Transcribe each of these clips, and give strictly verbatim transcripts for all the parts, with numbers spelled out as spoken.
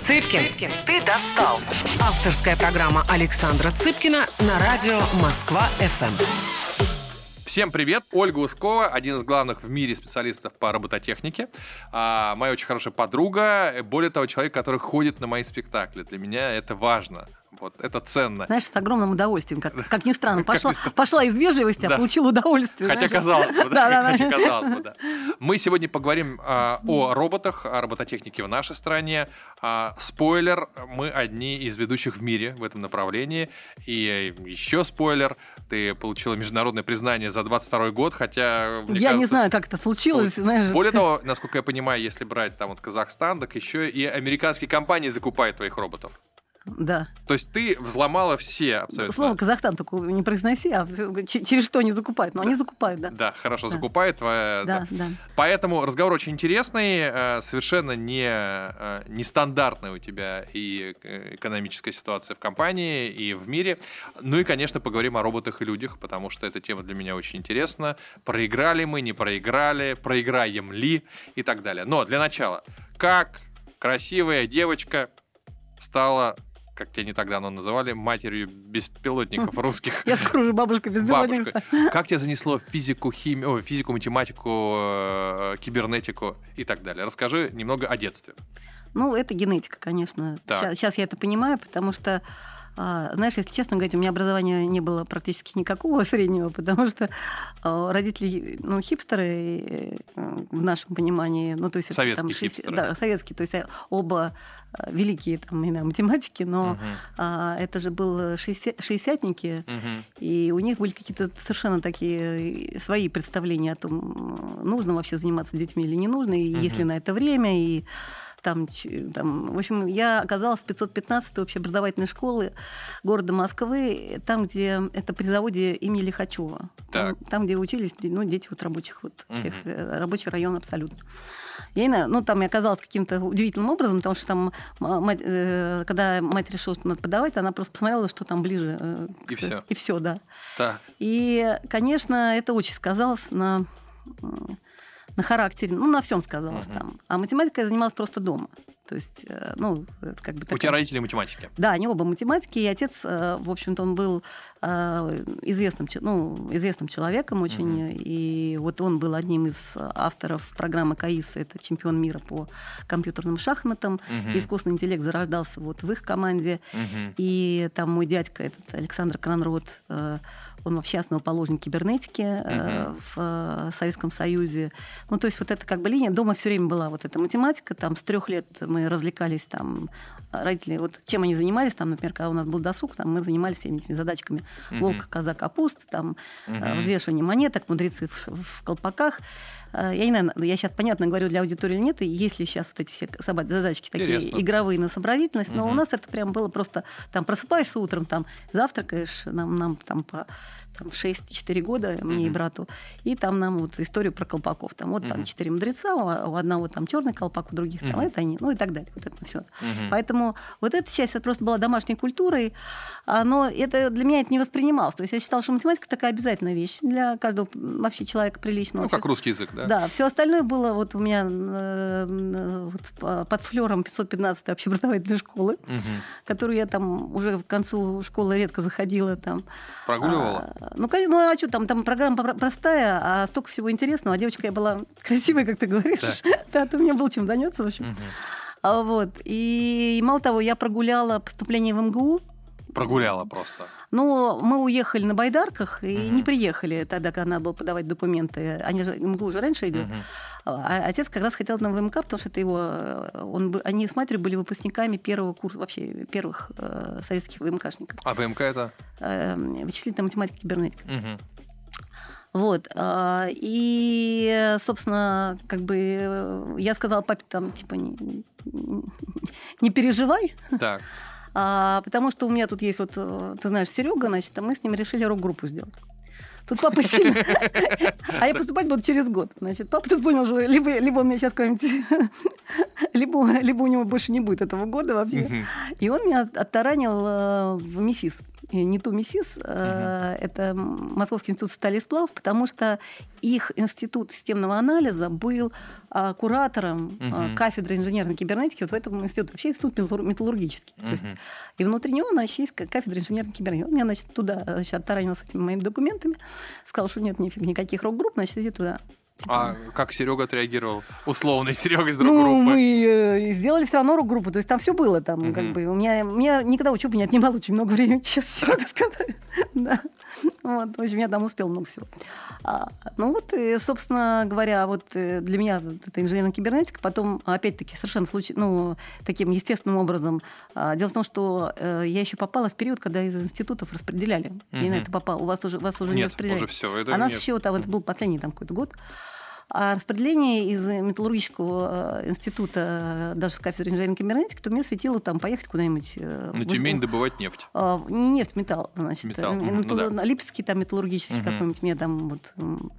Цыпкин, Цыпкин, ты достал. Авторская программа Александра Цыпкина на радио Москва-эф эм. Всем привет! Ольга Ускова, один из главных в мире специалистов по робототехнике. А, моя очень хорошая подруга, более того, человек, который ходит на мои спектакли. Для меня это важно. Вот, это ценно. Знаешь, с огромным удовольствием, как, как ни странно. Пошла, пошла из вежливости, а да. получила удовольствие. Хотя знаешь. казалось бы, да. Хотя казалось бы, да. Мы сегодня поговорим а, о роботах, о робототехнике в нашей стране. А, спойлер, мы одни из ведущих в мире в этом направлении. И еще спойлер, ты получила международное признание за двадцать второй год, хотя... Я кажется, не знаю, как это случилось. Знаешь. Более того, насколько я понимаю, если брать там вот Казахстан, так еще и американские компании закупают твоих роботов. Да. То есть ты взломала все абсолютно... Слово «Казахстан» только не произноси, а через что они закупают. Но да. они закупают, да. Да, хорошо, да. закупают. Твоя, да, да. Да. Поэтому разговор очень интересный, совершенно не, нестандартная у тебя и экономическая ситуация в компании, и в мире. Ну и, конечно, поговорим о роботах и людях, потому что эта тема для меня очень интересна. Проиграли мы, не проиграли, проиграем ли и так далее. Но для начала, как красивая девочка стала... как тебя не так давно называли, матерью беспилотников русских. Я скоро уже бабушка беспилотников. Как тебя занесло физику, химию, физику, математику, кибернетику и так далее? Расскажи немного о детстве. Ну, это генетика, конечно. Сейчас, сейчас я это понимаю, потому что, знаешь, если честно говорить, у меня образования не было практически никакого среднего, потому что родители, ну, хипстеры в нашем понимании, ну, то есть советские там, хипстеры. Да, советские, то есть оба великие там, не знаю, математики, но угу. а, это же были шестидесятники, угу. и у них были какие-то совершенно такие свои представления о том, нужно вообще заниматься детьми или не нужно, и угу. есть ли на это время, и Там, там, в общем, я оказалась в пятьсот пятнадцатой общеобразовательной школы города Москвы, там, где это при заводе имени Лихачева. Там, там, где учились ну, дети вот рабочих, вот, всех, угу. рабочий район абсолютно. Я не, ну, там я оказалась каким-то удивительным образом, потому что там, мать, э, когда мать решила, что надо подавать, она просто посмотрела, что там ближе. Э, и к, все. И все, да. Так. И, конечно, это очень сказалось на... на характере, ну, на всем сказалось uh-huh. там. А математикой я занималась просто дома. То есть, ну, это как бы такая... У тебя родители математики? Да, они оба математики, и отец, в общем-то, он был известным, ну, известным человеком очень, uh-huh. и вот он был одним из авторов программы КАИС, это чемпион мира по компьютерным шахматам, uh-huh. искусственный интеллект зарождался вот в их команде, uh-huh. и там мой дядька, этот Александр Кранрод, он вообще основоположник кибернетики uh-huh. в Советском Союзе. Ну, то есть вот эта как бы линия, дома все время была вот эта математика, там с трех лет мы развлекались, там, родители, вот чем они занимались, там, например, когда у нас был досуг, там, мы занимались всеми этими задачками uh-huh. волк, коза, капуста, там, uh-huh. взвешивание монеток, мудрецы в, в колпаках. Я не знаю, я сейчас, понятно, говорю для аудитории или нет, и есть ли сейчас вот эти все задачки такие Интересно. игровые на сообразительность, но uh-huh. у нас это прям было просто, там, просыпаешься утром, там, завтракаешь, нам, нам там по там, шесть-четыре года, мне uh-huh. и брату, и там нам вот историю про колпаков. Там вот uh-huh. там четыре мудреца, у одного там черный колпак, у других uh-huh. там это они, ну и так далее. Вот это все. Uh-huh. Поэтому вот эта часть это просто была домашней культурой, но это для меня это не воспринималось. То есть я считала, что математика такая обязательная вещь для каждого вообще человека приличного. Ну, как русский язык, да? Да, все остальное было вот у меня э, вот, под флером пятьсот пятнадцатой общеобразовательной школы, uh-huh. которую я там уже к концу школы редко заходила. Там. Прогуливала? А, ну, ну, а что, там, там программа простая, а столько всего интересного. А девочка я была красивой, как ты говоришь. Да, то у меня было чем заняться, в общем. Uh-huh. А, вот. И, и мало того, я прогуляла поступление в эм гэ у. Прогуляла просто. Ну, мы уехали на байдарках и uh-huh. не приехали тогда, когда надо было подавать документы. Они же, эм гэ у уже раньше идет. Uh-huh. А отец как раз хотел на вэ эм ка, потому что это его... Он, они с матерью были выпускниками первого курса, вообще первых э, советских вэ эм кашников. А вэ эм ка это? Э, вычислительная математика, кибернетика. Uh-huh. Вот. И, собственно, как бы я сказала папе там, типа, не, не переживай. Так. А, потому что у меня тут есть вот, ты знаешь, Серега, значит, а мы с ним решили рок-группу сделать. Тут папа сильно... А я поступать буду через год. Значит, папа тут понял, что либо, либо он меня сейчас какой-нибудь... либо, либо у него больше не будет этого года вообще. И он меня оттаранил в МИСИС. НИТУ МИСИС, угу. это Московский институт стали и сплавов, потому что их институт системного анализа был куратором угу. кафедры инженерной кибернетики вот в этом институте. Вообще институт металлургический. Угу. То есть, и внутри него, значит, есть кафедра инженерной кибернетики. Он меня, значит, туда значит, оттаранил с этими моими документами, сказал, что нет нифиг, никаких рок-групп, значит, иди туда. А как Серега отреагировал? Условный Серега из рок-группы. Ну, мы э, сделали все равно рок-группу, то есть там все было. Там, uh-huh. как бы, у, меня, у меня никогда учеба не отнимала очень много времени, сейчас Серега сказал. Да. Вот, в общем, я там успела много всего. А, ну вот, и, собственно говоря, вот для меня это инженерная кибернетика, потом, опять-таки, совершенно случай, ну, таким естественным образом. А, дело в том, что э, я еще попала в период, когда из институтов распределяли. Uh-huh. Я на это попала. У вас уже, вас уже нет, не распределяли. Уже все, это а нас нет. еще, там, это был последний там, какой-то год. А распределение из металлургического института, даже с кафедры инженерной кибернетики, то мне светило там поехать куда-нибудь. На Тюмень добывать нефть. А, не нефть, металл. Значит. Металл. Металл, ну, да. Липецкий там металлургический угу. какой-нибудь мне там вот.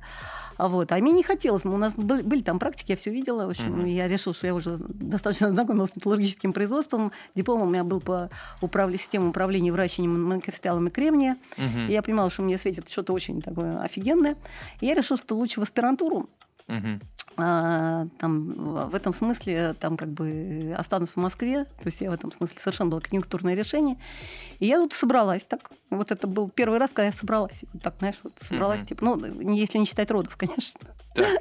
А, вот. а мне не хотелось. У нас были, были там практики, я все видела. В общем, угу. я решила, что я уже достаточно знакомилась с металлургическим производством. Диплом у меня был по управлению, системе управления выращиванием монокристаллами кремния. Угу. И я понимала, что мне светит что-то очень такое офигенное. И я решила, что лучше в аспирантуру. Uh-huh. А, там, в этом смысле там как бы останусь в Москве. То есть я в этом смысле совершенно было конъюнктурное решение. И я тут собралась так. Вот это был первый раз, когда я собралась. Вот так, знаешь, вот собралась. Uh-huh. Типа, ну, если не считать родов, конечно. Uh-huh.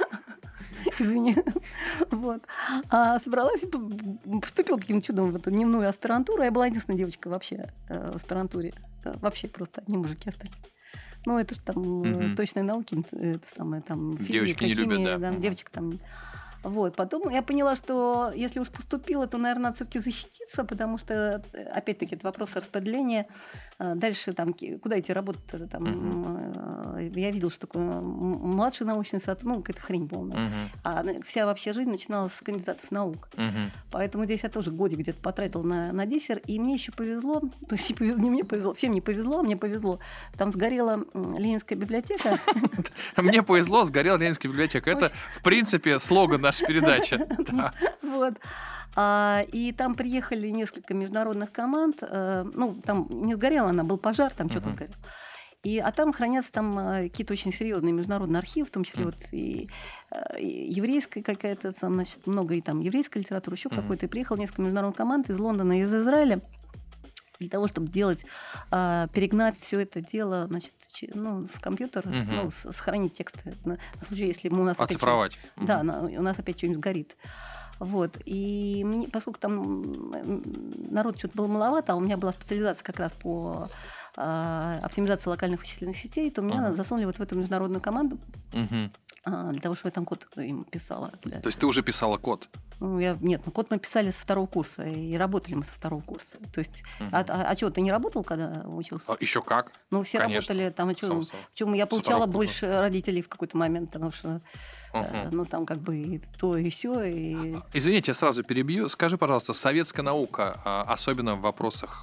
Извини. Вот. А собралась и поступила каким-то чудом в эту дневную аспирантуру. Я была единственная девочка вообще в аспирантуре. Вообще просто одни мужики остались. Ну, это же там угу. точные науки, это самое там физика, девочки не химия, любят, да. да, угу. девочек там. Вот. Потом я поняла, что если уж поступила, то, наверное, надо все-таки защититься, потому что, опять-таки, это вопрос распределения. Дальше там, куда идти работать? Там, uh-huh. Я видела, что такое младший научный сотрудник, ну, какая-то хрень полная. Uh-huh. А вся вообще жизнь начиналась с кандидатов наук. Uh-huh. Поэтому здесь я тоже годик где-то потратила на, на диссер, и мне еще повезло, то есть не мне повезло, всем не повезло, а мне повезло. Там сгорела Ленинская библиотека. Мне повезло, сгорела Ленинская библиотека. Это, в принципе, слоган наша передача. Вот. А, и там приехали несколько международных команд. А, ну, там не сгорела она, был пожар, там uh-huh. что-то сгорело. И, а там хранятся там, какие-то очень серьезные международные архивы, в том числе uh-huh. вот и, и еврейская какая-то, там, значит, много и там еврейской литературы, еще uh-huh. какой-то. И приехало несколько международных команд из Лондона и из Израиля для того, чтобы делать, а, перегнать все это дело, значит, ну, в компьютер, uh-huh. ну, сохранить тексты на, на случай, если мы у нас оцифровать. Опять, uh-huh. Да, на, у нас опять что-нибудь сгорит. Вот. И мне, поскольку там народ что-то было маловато, а у меня была специализация как раз по э, оптимизации локальных вычислительных сетей, то меня uh-huh. засунули вот в эту международную команду uh-huh. э, для того, чтобы я там код им писала. Для... То есть ты уже писала код? Ну, я, нет, ну, код мы писали со второго курса, и работали мы со второго курса. То есть, uh-huh. а, а, а что, ты не работал, когда учился? А, еще как? Ну, все Конечно. Работали там, а что, чем я получала больше родителей в какой-то момент, потому что Uh-huh. ну, там как бы и то, и сё. И... Извините, я сразу перебью. Скажи, пожалуйста, советская наука, особенно в вопросах,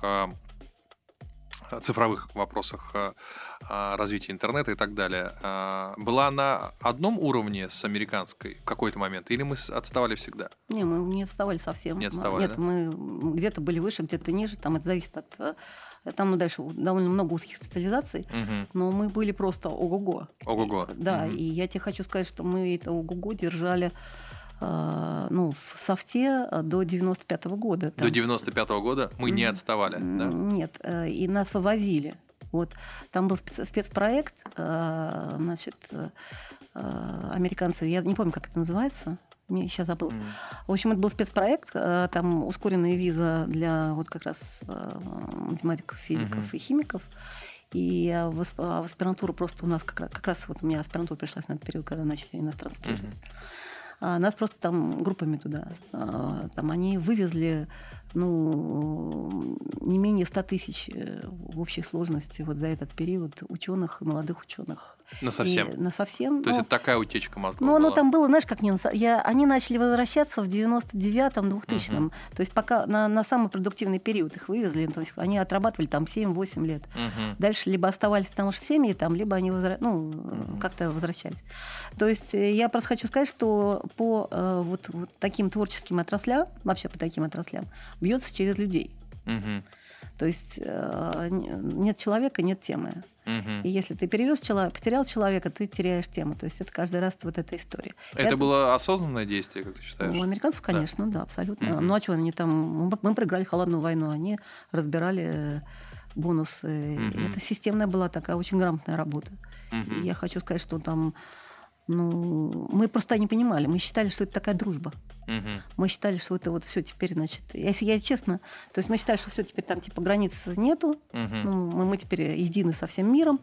цифровых вопросах развития интернета и так далее, была на одном уровне с американской в какой-то момент? Или мы отставали всегда? Не, мы не отставали совсем. Не отставали, Нет, да? мы где-то были выше, где-то ниже. Там это зависит от... Там ну, дальше довольно много узких специализаций, угу. но мы были просто ого-го. Ого-го. Да, угу. и я тебе хочу сказать, что мы это ого-го держали э, ну, в софте до девяносто пятого года. Там. До девяносто пятого года мы не отставали, да? Нет, э, и нас вывозили. Вот. Там был спецпроект, э, значит, э, американцы, я не помню, как это называется, мне сейчас забыла. Mm. В общем, это был спецпроект, там ускоренная виза для вот как раз математиков, физиков mm-hmm. и химиков. И в, в аспирантуру просто у нас как раз, как раз вот у меня аспирантура пришлась на этот период, когда начали иностранцы приезжать. Mm-hmm. А нас просто там группами туда. Там они вывезли ну, не менее ста тысяч в общей сложности вот за этот период ученых, молодых ученых. Насовсем? И, насовсем. То ну, есть это такая утечка мозгов Ну, была? оно там было, знаешь, как не... Я, они начали возвращаться в девяносто девятом, двухтысячном. Uh-huh. То есть пока на, на самый продуктивный период их вывезли. То есть они отрабатывали там семь-восемь лет. Uh-huh. Дальше либо оставались, потому что семьи там, либо они возра... ну, uh-huh. как-то возвращались. То есть я просто хочу сказать, что по э, вот, вот таким творческим отраслям, вообще по таким отраслям, бьется через людей. Uh-huh. То есть э, нет человека, нет темы. Угу. И если ты перевез человека, потерял человека, ты теряешь тему. То есть это каждый раз вот эта история. Это, это было осознанное действие, как ты считаешь? У американцев, конечно, да, да абсолютно. Угу. Ну а что, они там... Мы проиграли холодную войну, они разбирали бонусы. Угу. Это системная была такая очень грамотная работа. Угу. И я хочу сказать, что там... Ну, мы просто не понимали. Мы считали, что это такая дружба. Угу. Мы считали, что это вот все теперь, значит... Если я честно, то есть мы считали, что все теперь там типа границ нету. Угу. Ну, мы, мы теперь едины со всем миром.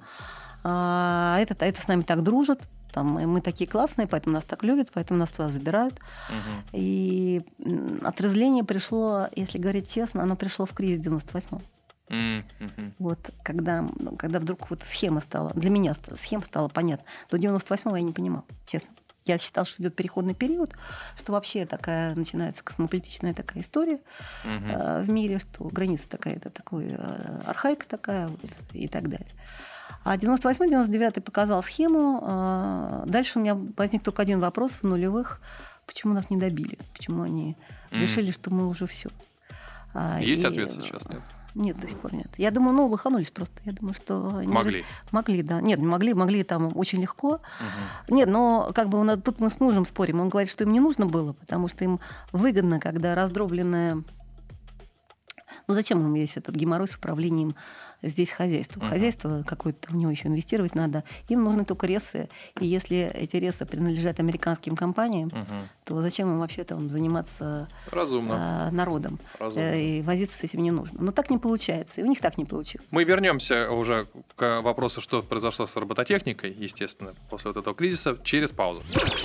А это, это с нами так дружит. Там, мы такие классные, поэтому нас так любят, поэтому нас туда забирают. Угу. И отрезвление пришло, если говорить честно, оно пришло в кризис девяносто восьмом. Mm-hmm. Вот, когда, ну, когда вдруг вот схема стала, для меня схема стала понятна. До девяносто восьмого я не понимала, честно. Я считала, что идет переходный период, что вообще такая начинается космополитичная такая история Mm-hmm. э, в мире, что граница такая, это такой э, архаика такая вот, и так далее. А девяносто восьмой девяносто девятый показал схему. Э, дальше у меня возник только один вопрос в нулевых. Почему нас не добили? Почему они mm-hmm. решили, что мы уже все? Есть и, ответ сейчас, нет? Нет, до сих пор нет. Я думаю, ну, лоханулись просто. Я думаю, что... Они могли. Же... Могли, да. Нет, могли, могли там очень легко. Угу. Нет, но как бы у нас, тут мы с мужем спорим. Он говорит, что им не нужно было, потому что им выгодно, когда раздробленная... Ну, зачем им весь этот геморрой с управлением здесь хозяйства? Uh-huh. Хозяйство какое-то, в него еще инвестировать надо. Им нужны только ресы. И если эти ресы принадлежат американским компаниям, uh-huh. то зачем им вообще там заниматься Разумно. А, народом? Разумно. И возиться с этим не нужно. Но так не получается. И у них так не получилось. Мы вернемся уже к вопросу, что произошло с робототехникой, естественно, после вот этого кризиса, через паузу.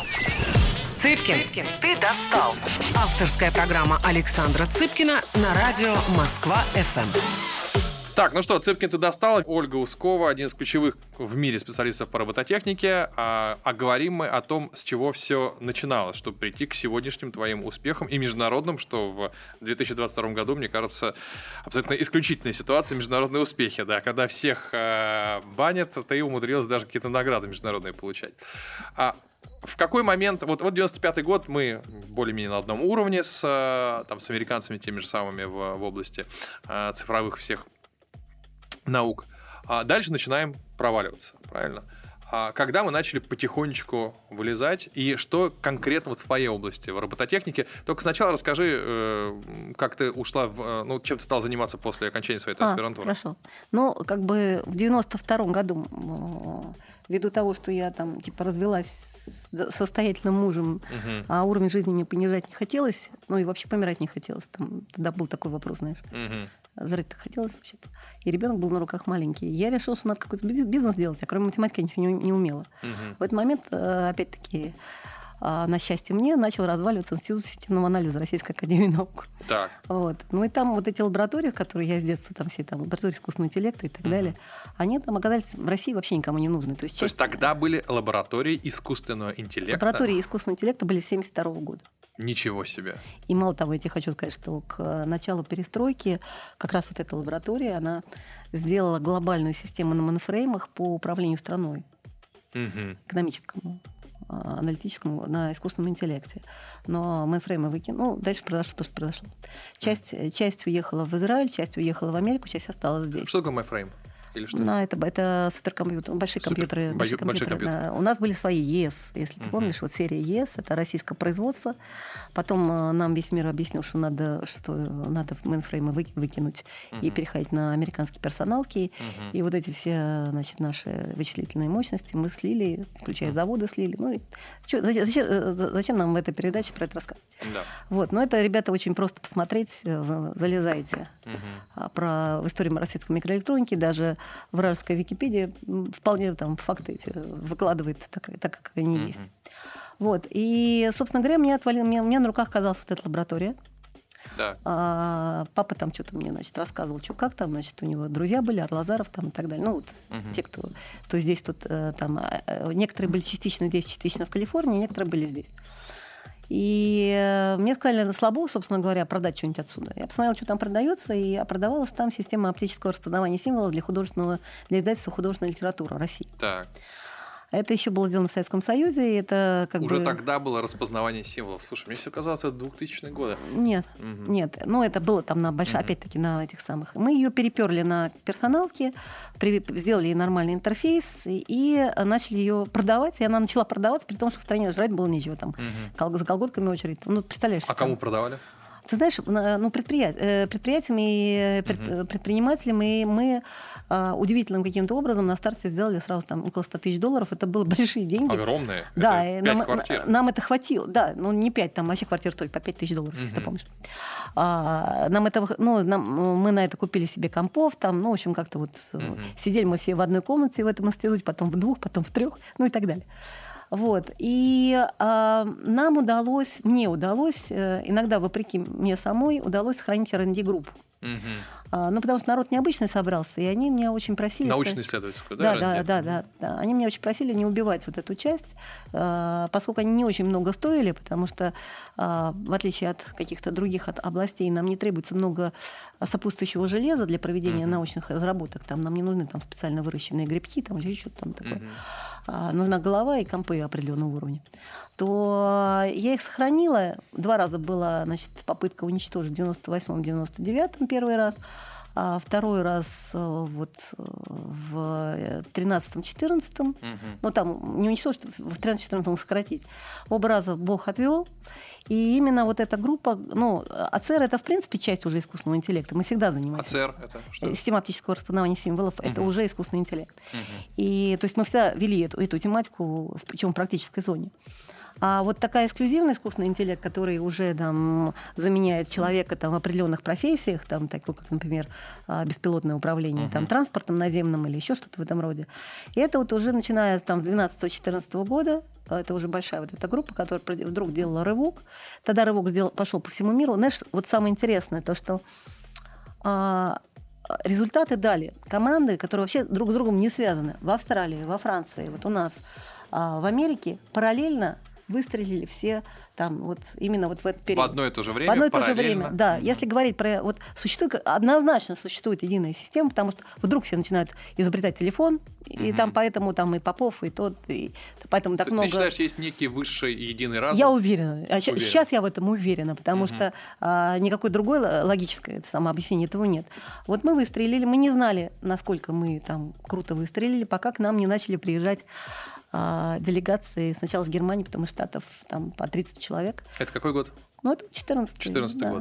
Цыпкин, ты достал. Авторская программа Александра Цыпкина на радио Москва-эф эм. Так, ну что, Цыпкин, ты достал. Ольга Ускова, один из ключевых в мире специалистов по робототехнике. А, а говорим мы о том, с чего все начиналось, чтобы прийти к сегодняшним твоим успехам и международным, что в две тысячи двадцать втором году, мне кажется, абсолютно исключительная ситуация, международные успехи. Да, когда всех э, банят, ты умудрилась даже какие-то награды международные получать. А в какой момент, вот, вот девяносто пятый год, мы более-менее на одном уровне с, там, с американцами, теми же самыми в, в области э, цифровых всех наук. А дальше начинаем проваливаться, правильно? А когда мы начали потихонечку вылезать, и что конкретно вот в твоей области, в робототехнике? Только сначала расскажи, э, как ты ушла, в, ну, чем ты стала заниматься после окончания своей а, аспирантуры. Хорошо. Ну, как бы в девяносто втором году, ввиду того, что я там типа развелась с состоятельным мужем, угу. а уровень жизни мне понижать не хотелось, ну и вообще помирать не хотелось. Там, тогда был такой вопрос, знаешь. Угу. Жрать-то хотелось вообще-то. И ребенок был на руках маленький. Я решила, что надо какой-то бизнес делать, а кроме математики я ничего не, не умела. Угу. В этот момент, опять-таки, на счастье мне, начал разваливаться Институт системного анализа Российской академии наук. Так. Вот. Ну и там вот эти лаборатории, которые я с детства, там все там лаборатории искусственного интеллекта и так mm-hmm. далее, они там оказались в России вообще никому не нужны. То есть, То есть тогда были лаборатории искусственного интеллекта? Лаборатории искусственного интеллекта были с семьдесят второго года. Ничего себе. И мало того, я тебе хочу сказать, что к началу перестройки как раз вот эта лаборатория, она сделала глобальную систему на мейнфреймах по управлению страной, mm-hmm. экономическому, аналитическому, на искусственном интеллекте. Но мейнфреймы выкинули. Ну, дальше произошло то, что произошло. Часть, mm. часть уехала в Израиль, часть уехала в Америку, часть осталась здесь. Что такое мейнфрейм? Или что? Ну, это, это суперкомпьютер, большие Супер, компьютеры. Большие большой компьютеры, компьютер. да. У нас были свои ЕС, если ты uh-huh. помнишь, вот серия ЕС, это российское производство. Потом э, нам весь мир объяснил, что надо, что надо мейнфреймы вы, выкинуть uh-huh. и переходить на американские персоналки. Uh-huh. И вот эти все, значит, наши вычислительные мощности мы слили, включая uh-huh. заводы слили. Ну, и, чё, зачем, зачем, зачем нам в этой передаче про это рассказывать? Да. Вот. Но это, ребята, очень просто посмотреть, залезайте uh-huh. про историю российской микроэлектроники, даже вражеская Википедия вполне там факты эти выкладывает так, так как они mm-hmm. есть. Вот. И, собственно говоря, мне отвалил, мне, у меня на руках оказалась вот эта лаборатория. Да. А, папа там что-то мне, значит, рассказывал, что как там, значит, у него друзья были, Арлазаров там и так далее. Ну, вот mm-hmm. те, кто то здесь, тут там. Некоторые были частично здесь, частично в Калифорнии, некоторые были здесь. И мне сказали, слабо, собственно говоря, продать что-нибудь отсюда. Я посмотрела, что там продается, и продавалась там система оптического распознавания символов для художественного, для издательства художественной литературы России. Так. Это еще было сделано в Советском Союзе. И это как Уже бы... тогда было распознавание символов. Слушай, мне все казалось, это двухтысячные годы. Нет, Угу. нет. Ну, это было там на большой, Мгм. опять-таки, на этих самых. Мы ее переперли на персоналке, при- сделали ей нормальный интерфейс и, и начали ее продавать. И она начала продаваться, при том, что в стране жрать было нечего. Там Мгм. кол- за колготками очередь. Ну, представляешь А себе, кому там. продавали? Ты знаешь, на- ну, предприят... э, предприятиям и пред- Мгм. предпринимателям, и мы а, удивительным каким-то образом на старте сделали сразу там около ста тысяч долларов. Это были большие деньги. Огромные. Да, это и пять нам, квартир. нам это хватило. Да, ну не пять, там вообще квартира стоит по пять тысяч долларов, если ты Мгм. помнишь. А, нам это, ну, нам, мы на это купили себе компов, там, ну, в общем, как-то вот э, Мгм. сидели мы все в одной комнате в этом институте, потом в двух, потом в трех, ну и так далее. Вот. И а, нам удалось, мне удалось, э, иногда вопреки мне самой, удалось сохранить эр энд ди-группу. Мгм. А, ну, потому что народ необычный собрался, и они меня очень просили... Научно-исследовательскую, Да, да? да, эр энд ди? да, да, да. Они меня очень просили не убивать вот эту часть, э, поскольку они не очень много стоили, потому что, э, в отличие от каких-то других от областей, нам не требуется много сопутствующего железа для проведения Мгм. научных разработок. Там нам не нужны там, специально выращенные грибки, там еще что-то там такое. Мгм. А, нужна голова и компы определенного уровня. То я их сохранила. Два раза была, значит, попытка уничтожить в девяносто восьмом — девяносто девятом первый раз. А второй раз э, вот э, в тринадцатом-четырнадцатом. Мгм. Ну, там не уничтожить, в тринадцатом-четырнадцатом сократить. Оба раза Бог отвел. И именно вот эта группа, ну, АЦР — это, в принципе, часть уже искусственного интеллекта. Мы всегда занимаемся. АЦР это что? Э, Система оптического распознавания символов — это Мгм. уже искусственный интеллект. Мгм. И, то есть мы всегда вели эту, эту тематику, в- причем в практической зоне. А вот такая эксклюзивный искусственный интеллект, который уже там, заменяет человека там, в определенных профессиях, там, такой, как, например, а, беспилотное управление Мгм. там, транспортом наземным или еще что-то в этом роде. И это вот уже начиная там, с двенадцатого-четырнадцатого года, а, это уже большая вот эта группа, которая прод- вдруг делала рывок. Тогда рывок сделал, пошел по всему миру. Знаешь, вот самое интересное, то, что а, результаты дали команды, которые вообще друг с другом не связаны. В Австралии, во Франции, вот у нас, а, в Америке параллельно выстрелили все там вот именно вот в этот В период. одно и то же время, В одно и то же параллельно? время, да. Мгм. Если говорить про... Вот существует, однозначно существует единая система, потому что вдруг все начинают изобретать телефон, и Мгм. там поэтому там и Попов, и тот, и поэтому так То есть много... ты считаешь, есть некий высший и единый разум? Я уверена. А ща- Уверен. Сейчас я в этом уверена, потому Мгм. что а, никакой другой л- логической это самое объяснение этого нет. Вот мы выстрелили, мы не знали, насколько мы там круто выстрелили, пока к нам не начали приезжать а, делегации сначала с Германии, потом из Штатов там по тридцать человек. Это какой год? Ну, это четырнадцатый. четырнадцатый да. год.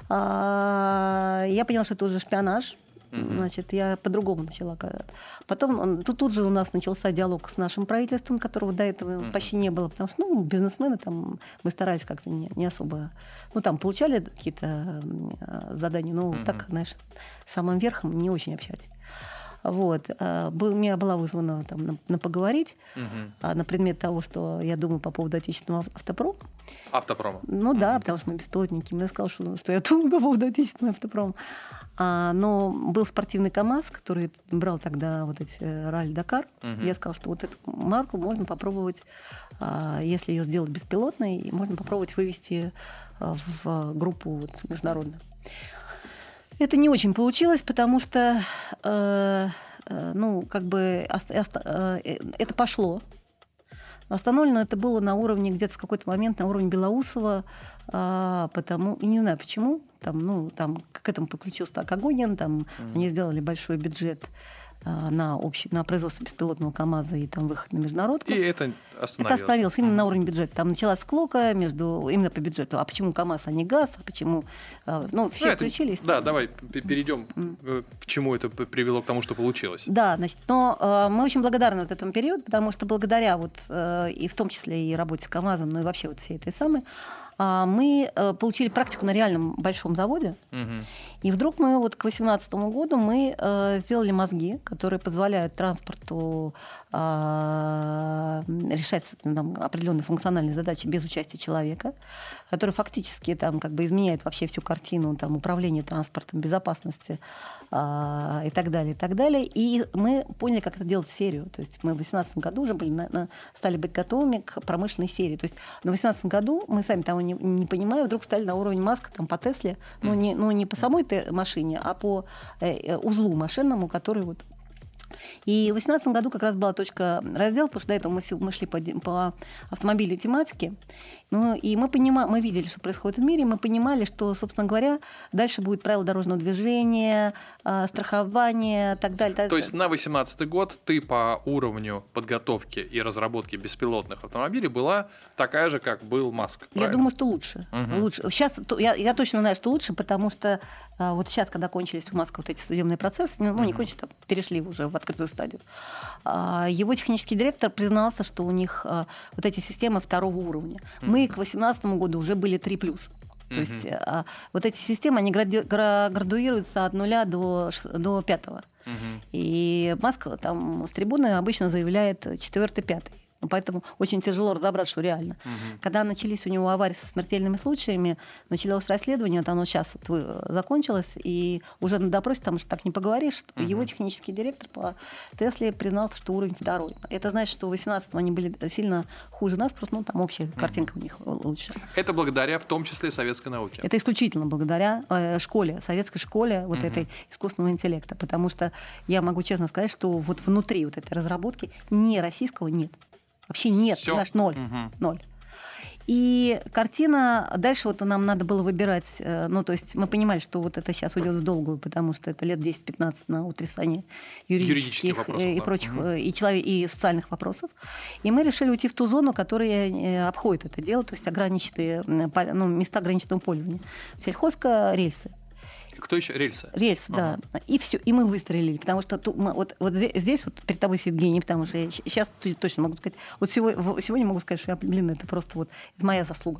А, я поняла, что это уже шпионаж. Мгм. Значит, я по-другому начала. когда- Потом он- тут, тут же у нас начался диалог с нашим правительством, которого до этого Мгм. почти не было, потому что ну, бизнесмены там мы старались как-то не, не особо. Ну, там получали какие-то м, а, задания, но Мгм. так, знаешь, самым верхом не очень общались. Вот. А, был- Меня была вызвана там, на, на поговорить Мгм. а, на предмет того, что я думаю по поводу отечественного ав- автопрома. Автопрома. Ну да, потому что мы беспилотники. Я сказала, что, что я думаю по поводу отечественного автопрома. А, но был спортивный КАМАЗ, который брал тогда вот эти э, ралли-Дакар. Мгм. Я сказала, что вот эту марку можно попробовать, а, если ее сделать беспилотной, можно попробовать вывести а, в группу вот, международную. Это не очень получилось, потому что э, э, ну, как бы ост- ост- э, это пошло. Остановлено это было на уровне, где-то в какой-то момент на уровне Белоусова, а, потому, не знаю почему, там, ну, там к этому подключился так Огонин, там Мгм. они сделали большой бюджет а, на, общий, на производство беспилотного КАМАЗа и там выход на международку. И это Это остановилось. остановилось именно Мгм. на уровне бюджета. Там началась склока между именно по бюджету. А почему КАМАЗ, а не ГАЗ? А почему? а, Ну, все Ну, это- включились. Да, давай п- перейдем, Мгм. э, к чему это п- привело к тому, что получилось. Да, значит, но э, мы очень благодарны вот этому периоду, потому что благодаря вот э, и в том числе и работе с КАМАЗом, ну и вообще вот всей этой самой, а, мы э, получили практику на реальном большом заводе. Мгм. И вдруг мы вот к восемнадцатому году мы э, сделали мозги, которые позволяют транспорту а, решать там, определенные функциональные задачи без участия человека, которые фактически там, как бы изменяют вообще всю картину там, управления транспортом, безопасности а, и так далее, и так далее. И мы поняли, как это делать серию. То есть мы в восемнадцатом году уже были на- на- стали быть готовыми к промышленной серии. То есть на восемнадцатом году мы сами того не, не понимая, вдруг стали на уровень Маска там, по Тесле, ну не, ну не по самой те- машине, а по э, э, узлу машинному, который вот И в две тысячи восемнадцатом году как раз была точка раздела, потому что до этого мы, все, мы шли по, по автомобильной тематике. Ну, и мы, понима, мы видели, что происходит в мире, и мы понимали, что, собственно говоря, дальше будет правила дорожного движения, страхование и так далее. То есть на восемнадцатый год ты по уровню подготовки и разработки беспилотных автомобилей была такая же, как был Маск, правильно? Я думаю, что лучше. Угу. лучше. Сейчас я, я точно знаю, что лучше, потому что вот сейчас, когда кончились у Маска вот эти судебные процессы, ну, угу. не кончились, там, перешли уже в открытую стадию, его технический директор признался, что у них вот эти системы второго уровня. Угу. Мы к две тысячи восемнадцатому году уже были три плюс. То mm-hmm. есть а, вот эти системы, они граду, градуируются от нуля до, до пятого. Mm-hmm. И Маск там с трибуны обычно заявляет четвертый, пятый. Поэтому очень тяжело разобраться, что реально. Угу. Когда начались у него аварии со смертельными случаями, началось расследование, вот оно сейчас вот закончилось, и уже на допросе там уже так не поговоришь. Угу. Его технический директор по Тесле признался, что уровень второй. Это значит, что в восемнадцатом они были сильно хуже нас, просто ну, там общая угу. картинка у них лучше. Это благодаря в том числе советской науке? Это исключительно благодаря э, школе, советской школе вот угу. этой искусственного интеллекта. Потому что я могу честно сказать, что вот внутри вот этой разработки ни российского нет. Вообще нет, Всё. наш ноль. Угу. ноль. И картина, дальше вот нам надо было выбирать, ну, то есть мы понимали, что вот это сейчас уйдет в долгую, потому что это лет десять-пятнадцать на утрясание юридических вопросов, и да. прочих, угу. и, человек, и социальных вопросов. И мы решили уйти в ту зону, которая обходит это дело, то есть ограниченные, ну, места ограниченного пользования. Сельхозка, рельсы. Кто еще? Рельсы? Рельсы, ага. да. И все. И мы выстрелили. Потому что ту, мы, вот, вот здесь вот перед тобой сидит гений, потому что я сейчас точно могу сказать. Вот сегодня, сегодня могу сказать, что я, блин, это просто вот это моя заслуга.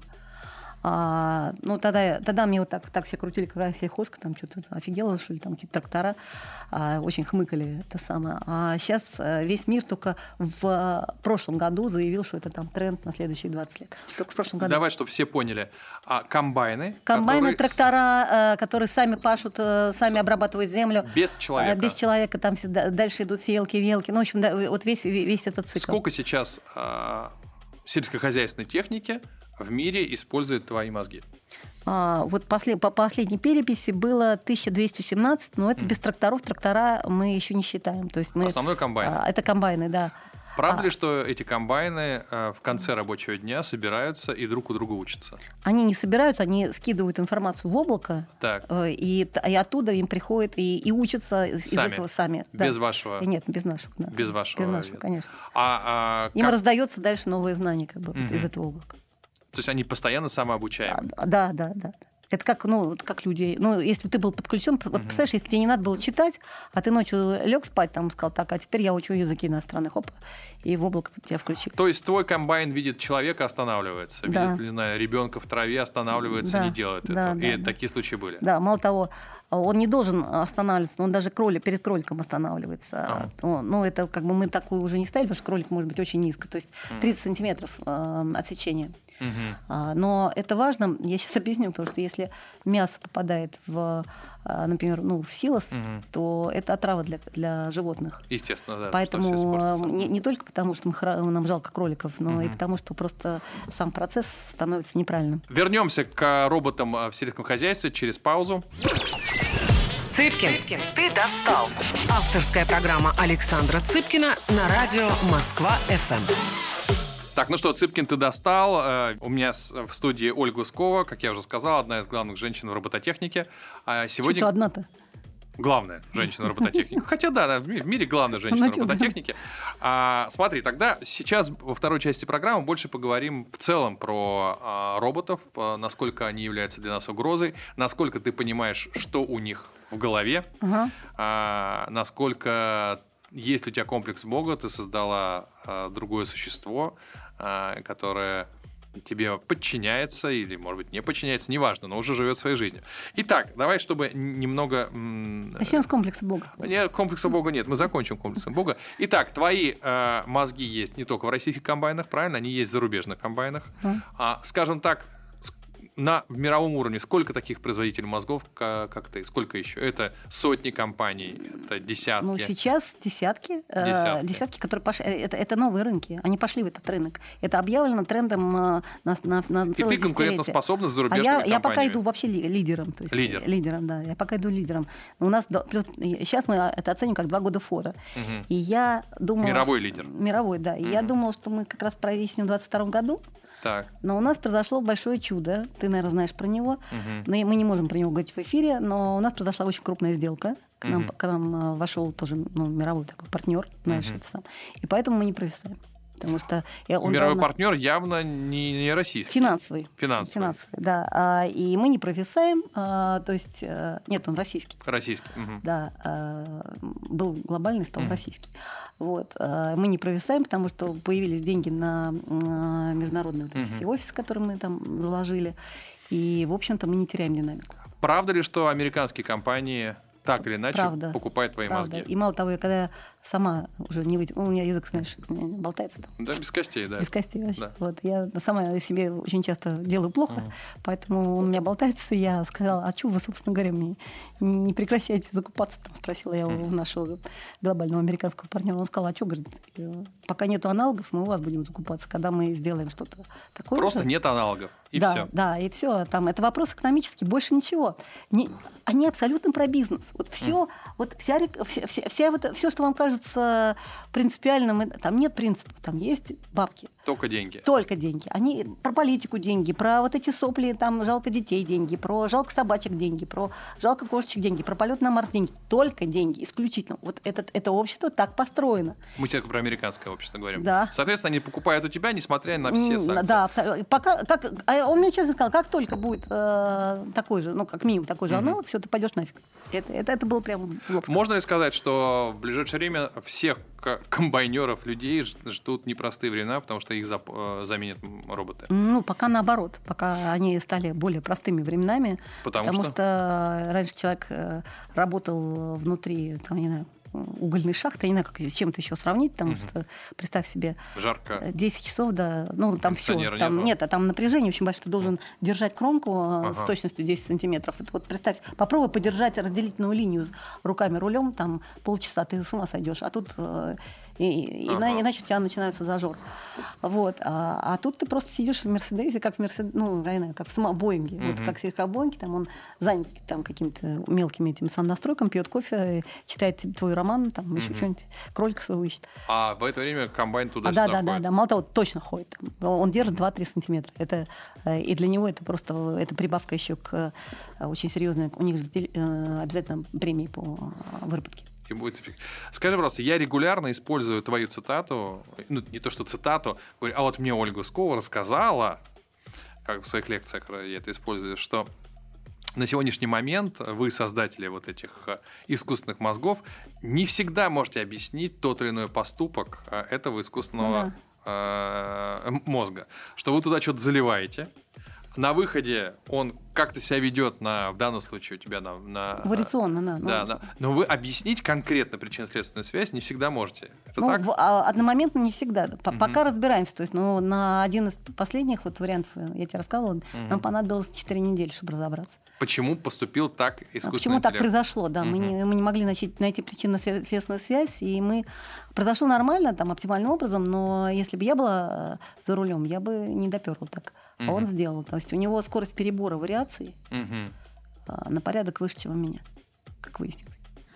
А, ну, тогда, тогда мне вот так, так все крутили, какая сельхозка, там что-то офигела, что ли, там какие-то трактора, а, очень хмыкали это самое. А сейчас весь мир только в прошлом году заявил, что это там тренд на следующие двадцать лет. Только в прошлом году. Давай, чтобы все поняли. А комбайны? Комбайны, которые... трактора, которые сами пашут, сами обрабатывают землю. Без человека? Без человека. Там дальше идут сеялки, велки. Ну, в общем, да, вот весь, весь этот цикл. Сколько сейчас а, сельскохозяйственной техники в мире используют твои мозги? А, вот после, по последней переписи было тысяча двести семнадцать, но это mm. без тракторов. Трактора мы еще не считаем. То есть мы, Основной комбайн? А, это комбайны, да. Правда а, ли, что эти комбайны в конце рабочего дня собираются и друг у друга учатся? Они не собираются, они скидывают информацию в облако, так. И, и оттуда им приходят и, и учатся сами? из этого сами. Без да. вашего? Нет, без нашего. Да. Без вашего? Без нашего, конечно. А, а, им как... раздается дальше новые знания как бы, угу. вот, из этого облака. То есть они постоянно самообучаемы? Да, да, да. Это как, ну, как люди. Ну, если ты был подключен, uh-huh. вот представляешь, если тебе не надо было читать, а ты ночью лег спать, там сказал, так, а теперь я учу языки иностранных, оп, и в облако тебя включили. То есть твой комбайн видит человека, останавливается, да. видит, не знаю, ребенка в траве, останавливается, да. не делает да, этого. Да, и да. такие случаи были. Да, мало того, он не должен останавливаться, он даже кролик, перед кроликом останавливается. Uh-huh. Ну, это как бы мы такую уже не ставили, потому что кролик может быть очень низко, то есть тридцать uh-huh. сантиметров э, отсечения. Uh-huh. А, но это важно, я сейчас объясню, потому что если мясо попадает в, например, ну, в силос, uh-huh. то это отрава для, для животных. Естественно, да. Поэтому не, не только потому, что мы, нам жалко кроликов, но uh-huh. и потому, что просто сам процесс становится неправильным. Вернемся к роботам в сельском хозяйстве через паузу. Цыпкин, ты достал. Авторская программа Александра Цыпкина на радио Москва-эф эм. Так, ну что, Цыпкин, ты достал. У меня в студии Ольга Ускова, как я уже сказал, одна из главных женщин в робототехнике. А сегодня... Что-то одна-то? Главная женщина робототехники. Хотя да, в мире главная женщина робототехники. А, смотри, тогда сейчас во второй части программы больше поговорим в целом про а, роботов, а, насколько они являются для нас угрозой, насколько ты понимаешь, что у них в голове, uh-huh. а, насколько есть у тебя комплекс Бога, ты создала а, другое существо, а, которое тебе подчиняется или, может быть, не подчиняется, неважно, но уже живет своей жизнью. Итак, давай, чтобы немного... Начнем с комплекса Бога. Нет, комплекса Бога нет, мы закончим комплексом Бога. Итак, твои э, мозги есть не только в российских комбайнах, правильно? Они есть в зарубежных комбайнах. Mm. А, скажем так, на в мировом уровне сколько таких производителей мозгов, как, как ты? Сколько еще? Это сотни компаний, это десятки? Ну, сейчас десятки. Десятки, э, десятки которые пошли. Это, это новые рынки. Они пошли в этот рынок. Это объявлено трендом э, на, на, на И ты конкурентоспособна с зарубежными а я, компаниями? Я пока иду вообще лидером. То есть, Лидер. Лидером, да. Я пока иду лидером. У нас плюс, сейчас мы это оценим как два года фора. Угу. И я думала... Мировой что, лидер. Мировой, да. И угу. я думала, что мы как раз проясним в двадцать втором году. Так. Но у нас произошло большое чудо. Ты, наверное, знаешь про него. Угу. Мы не можем про него говорить в эфире, но у нас произошла очень крупная сделка. К нам, угу. к нам вошел тоже ну, мировой такой партнер, знаешь, угу. это сам. И поэтому мы не провисаем. Потому что он мировой давно... партнер явно не, не российский. Финансовый. Финансовый. Финансовый, да. И мы не провисаем. То есть, нет, он российский. Российский. Угу. Да. Был глобальный, стал угу. российский. Вот. Мы не провисаем, потому что появились деньги на международные вот эти угу. все офисы, которые мы там заложили. И, в общем-то, мы не теряем динамику. Правда ли, что американские компании так или иначе правда, покупают твои правда. мозги? И мало того, я когда сама уже не вытянула, у меня язык, знаешь, болтается там. Да, без костей, да. Без костей вообще. Да. Вот. Я сама себе очень часто делаю плохо, uh-huh. поэтому он у меня болтается. Я сказала, а что вы, собственно говоря, мне не прекращаете закупаться? Там, спросила я uh-huh. у нашего глобального американского партнера. Он сказал, а что, говорит, пока нету аналогов, мы у вас будем закупаться, когда мы сделаем что-то такое. Просто же. Нет аналогов, и да, все. Да, и все. Там это вопрос экономический, больше ничего. Не, они абсолютно про бизнес. Вот все, uh-huh. вот вся, вся, вся, вся вот, все, что вам кажется принципиальным, там нет принципов, там есть бабки. Только деньги. Только деньги. Они про политику деньги, про вот эти сопли, там жалко детей деньги, про жалко собачек деньги, про жалко кошечек деньги, про полет на Марс деньги. Только деньги, исключительно. Вот этот, это общество так построено. Мы тебе про американское общество говорим. Да. Соответственно, они покупают у тебя, несмотря на все санкции. Да, абсолютно. Пока, как, он мне честно сказал, как только будет э, такой же, ну, как минимум такой же аналог, mm-hmm. все, ты пойдешь нафиг. Это, это, это было прям... Можно ли сказать, что в ближайшее время всех комбайнеров, людей ждут непростые времена, потому что их зап- заменят роботы? Ну, пока наоборот. Пока они стали более простыми временами. Потому, потому что? что раньше человек работал внутри, там, не знаю, угольной шахты, я не знаю, как с чем-то еще сравнить, потому угу. что, представь себе, жарко. десять часов, да, ну, там все, там, не нет, а там напряжение очень большое, ты должен держать кромку ага. с точностью десять сантиметров. Вот, вот представь, попробуй подержать разделительную линию руками рулем, там полчаса, ты с ума сойдешь, а тут и, ага. и, иначе у тебя начинается зажор. Вот. А, а тут ты просто сидишь в Мерседесе, как в Мерседесе, ну, я не знаю, как в само Боинге, угу. вот как слегка Боинге, там он занят там какими-то мелкими этими самонастройками, пьет кофе, читает твой роман, там угу. еще что-нибудь, кролика своего ищет. А в это время комбайн туда-сюда а, да, ходит? Да, да, да, мало того, точно ходит. Он держит два-три сантиметра. Это, и для него это просто это прибавка еще к очень серьезной, у них обязательно премии по выработке. И будет эффект. Скажи, пожалуйста, я регулярно использую твою цитату, ну, не то что цитату, говорю, а вот мне Ольга Скова рассказала, как в своих лекциях я это использую, что на сегодняшний момент вы, создатели вот этих искусственных мозгов, не всегда можете объяснить тот или иной поступок этого искусственного да. мозга. Что вы туда что-то заливаете, на выходе он как-то себя ведет на, в данном случае у тебя на... на вариационно, да. Да, да. Но вы объяснить конкретно причинно-следственную связь не всегда можете. Это ну, так? В, а, одномоментно не всегда. Угу. Пока разбираемся. То есть, ну, на один из последних вот вариантов, я тебе рассказывала, угу. нам понадобилось четыре недели, чтобы разобраться. Почему поступил так искусственный а Почему интеллект? так произошло, да. Угу. Мы, не, мы не могли начать, найти причинно-следственную связь, и мы... Произошло нормально, там, оптимальным образом, но если бы я была за рулем, я бы не доперла так. А угу. он сделал. То есть у него скорость перебора вариаций угу. на порядок выше, чем у меня, как выяснилось.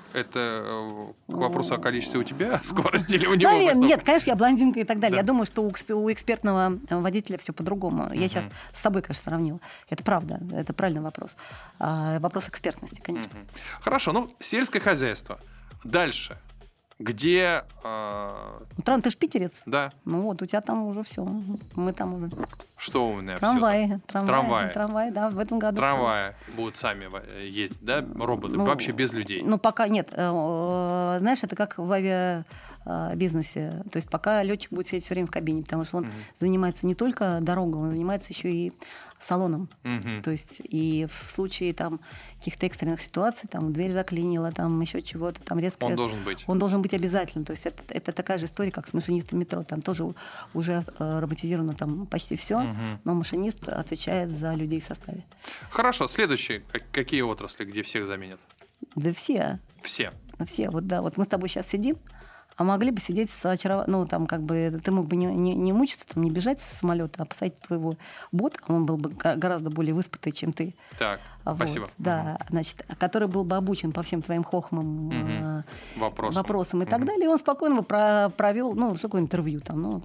Это к вопросу о количестве у тебя скорости или у него? Наверное, нет, конечно, я блондинка и так далее. Да. Я думаю, что у экспертного водителя все по-другому. Я uh-huh. сейчас с собой, конечно, сравнила. Это правда, это правильный вопрос. А, вопрос экспертности, конечно. Uh-huh. Хорошо, ну, сельское хозяйство. Дальше. Где... Э... Тран, ты ж питерец? Да. Ну вот, у тебя там уже все. Мы там уже... Что у меня? Трамваи. Трамваи, трамваи. Трамваи, да, в этом году. Трамваи все. Будут сами ездить, да, роботы? Ну, вообще без людей? Ну, пока нет. Знаешь, это как в авиабизнесе. То есть пока летчик будет сидеть все время в кабине, потому что он mm-hmm. занимается не только дорогой, он занимается еще и салоном. Mm-hmm. То есть и в случае там каких-то экстренных ситуаций, там дверь заклинила, там еще чего-то, там резко... Он должен быть. Он должен быть обязательно. То есть это, это такая же история, как с машинистом метро. Там тоже уже э, роботизировано там почти все. Мгм. но машинист отвечает за людей в составе. Хорошо, следующие. Как- Какие отрасли, где всех заменят? Да все, Все. все. Вот да, вот мы с тобой сейчас сидим, а могли бы сидеть с очарованием, ну, там, как бы, ты мог бы не, не, не мучиться, там, не бежать с самолета, а посадить твоего бота, а он был бы га- гораздо более выспатый, чем ты. Так, А вот, спасибо. да, значит, который был бы обучен по всем твоим хохмам, Мгм. э, Вопросом. вопросам и так Мгм. далее, и он спокойно бы про- провел, ну, что такое интервью там, ну,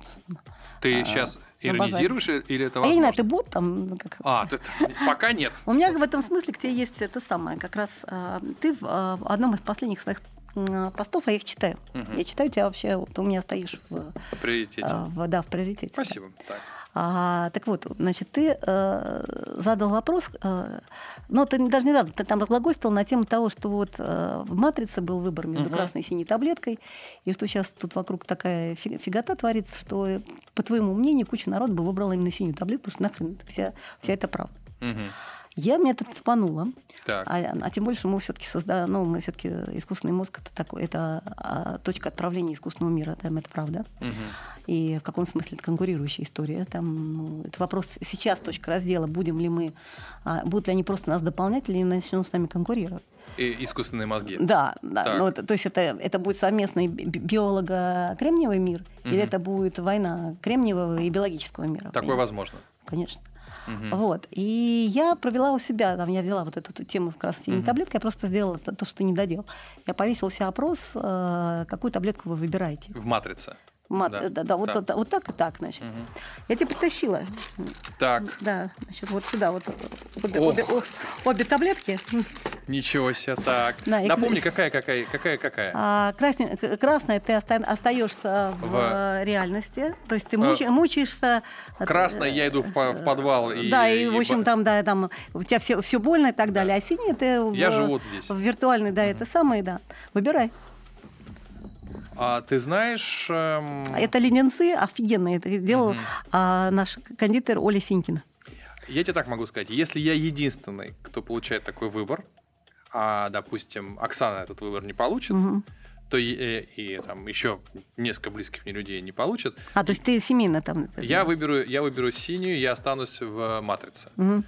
Ты а, сейчас на базаре. иронизируешь или это а я не знаю, возможно? ты бот там, ну, как... А, ты- ты- пока нет. У меня в этом смысле к тебе есть это самое, как раз а, ты в а, одном из последних своих м, постов, а я их читаю. Мгм. Я читаю тебя вообще, вот у меня стоишь в, В приоритете. а, в- да, в приоритете. Спасибо. Так. А, так вот, значит, ты э, задал вопрос, э, но ты даже не задал, ты там разглагольствовал на тему того, что вот э, в «Матрице» был выбор между Мгм. красной и синей таблеткой, и что сейчас тут вокруг такая фи- фигота творится, что, по твоему мнению, куча народа бы выбрала именно синюю таблетку, потому что нахрен вся, вся это правда. Мгм. Я меня это цепанула. Так. А, а тем больше мы все-таки создаем, ну, мы все-таки искусственный мозг это такой, это а, точка отправления искусственного мира, там это правда. Мгм. И в каком смысле это конкурирующая история. Там, ну, это вопрос сейчас, точка раздела, будем ли мы, а, будут ли они просто нас дополнять, или начнут с нами конкурировать. И искусственные мозги. Да, да. Так. Ну, это- то есть это, это будет совместный би- би- биолого-кремниевый мир, или Мгм. это будет война кремниевого и биологического мира. Такое понимаешь? возможно. Конечно. Мгм. Вот. И я провела у себя, там, я взяла вот эту, эту тему как раз синей Мгм. таблетки, я просто сделала то, то, что ты не доделал. Я повесила у себя опрос, э, какую таблетку вы выбираете. В «Матрице». Мат- Да. да, да, вот, Так. вот, вот так и так, значит. Мгм. Я тебе притащила. Так, Да, значит, вот сюда вот обе, Ох. обе- о- обе таблетки. ничего себе. Так. Да, их- Напомни, какая, какая, какая, какая. А красный- к- красная ты оста- остаешься в, В- реальности, то есть ты А, мучи- мучаешься. Красная, я иду в, по- в подвал. И, Да, и, в общем, ба- там, да, там у тебя все, все больно и так далее. А синий ты в, Я живу вот здесь. в виртуальной, да, это самое, да. Выбирай. А ты знаешь... эм, Это леденцы офигенные. Это делал Мгм. а, наш кондитер Оля Синькина. Я тебе так могу сказать. Если я единственный, кто получает такой выбор, а, допустим, Оксана этот выбор не получит, Мгм. то и, э, и там еще несколько близких мне людей не получат, А, то есть ты семейно там. я выберу, я выберу синюю, я останусь в «Матрице». Мгм.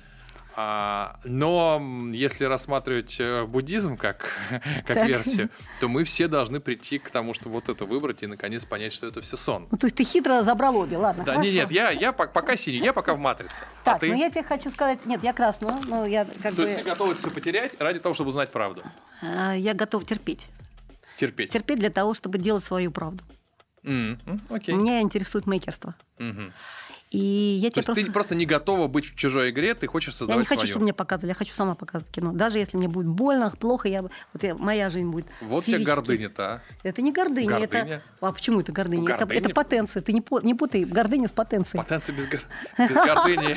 А, но м, если рассматривать э, буддизм как, как Так. версию, то мы все должны прийти к тому, чтобы вот это выбрать и наконец понять, что это все сон. Ну, то есть ты хитро забрал обе, ладно, Да, хорошо. нет, нет, я, я по- пока синий, я пока в «Матрице». Так, а ты? ну я тебе хочу сказать, нет, я красную, но я как То бы, есть ты готова все потерять ради того, чтобы узнать правду? а, я готов терпеть. Терпеть. Терпеть для того, чтобы делать свою правду. М, м, Окей. Меня интересует мейкерство. Мгм. И я То тебе есть просто... ты просто не готова быть в чужой игре, ты хочешь Я создавать не хочу, свою. чтобы мне показывали, я хочу сама показывать кино. Даже если мне будет больно, плохо, я... бы- вот я... моя жизнь будет Вот тебе физически. гордыня-то, а? Это не гордыня, Гордыня? это... А почему это гордыня? Это, Гордыня? это потенция. Ты не, по- не путай гордыню с потенцией. Потенция без, гор- без гордыни.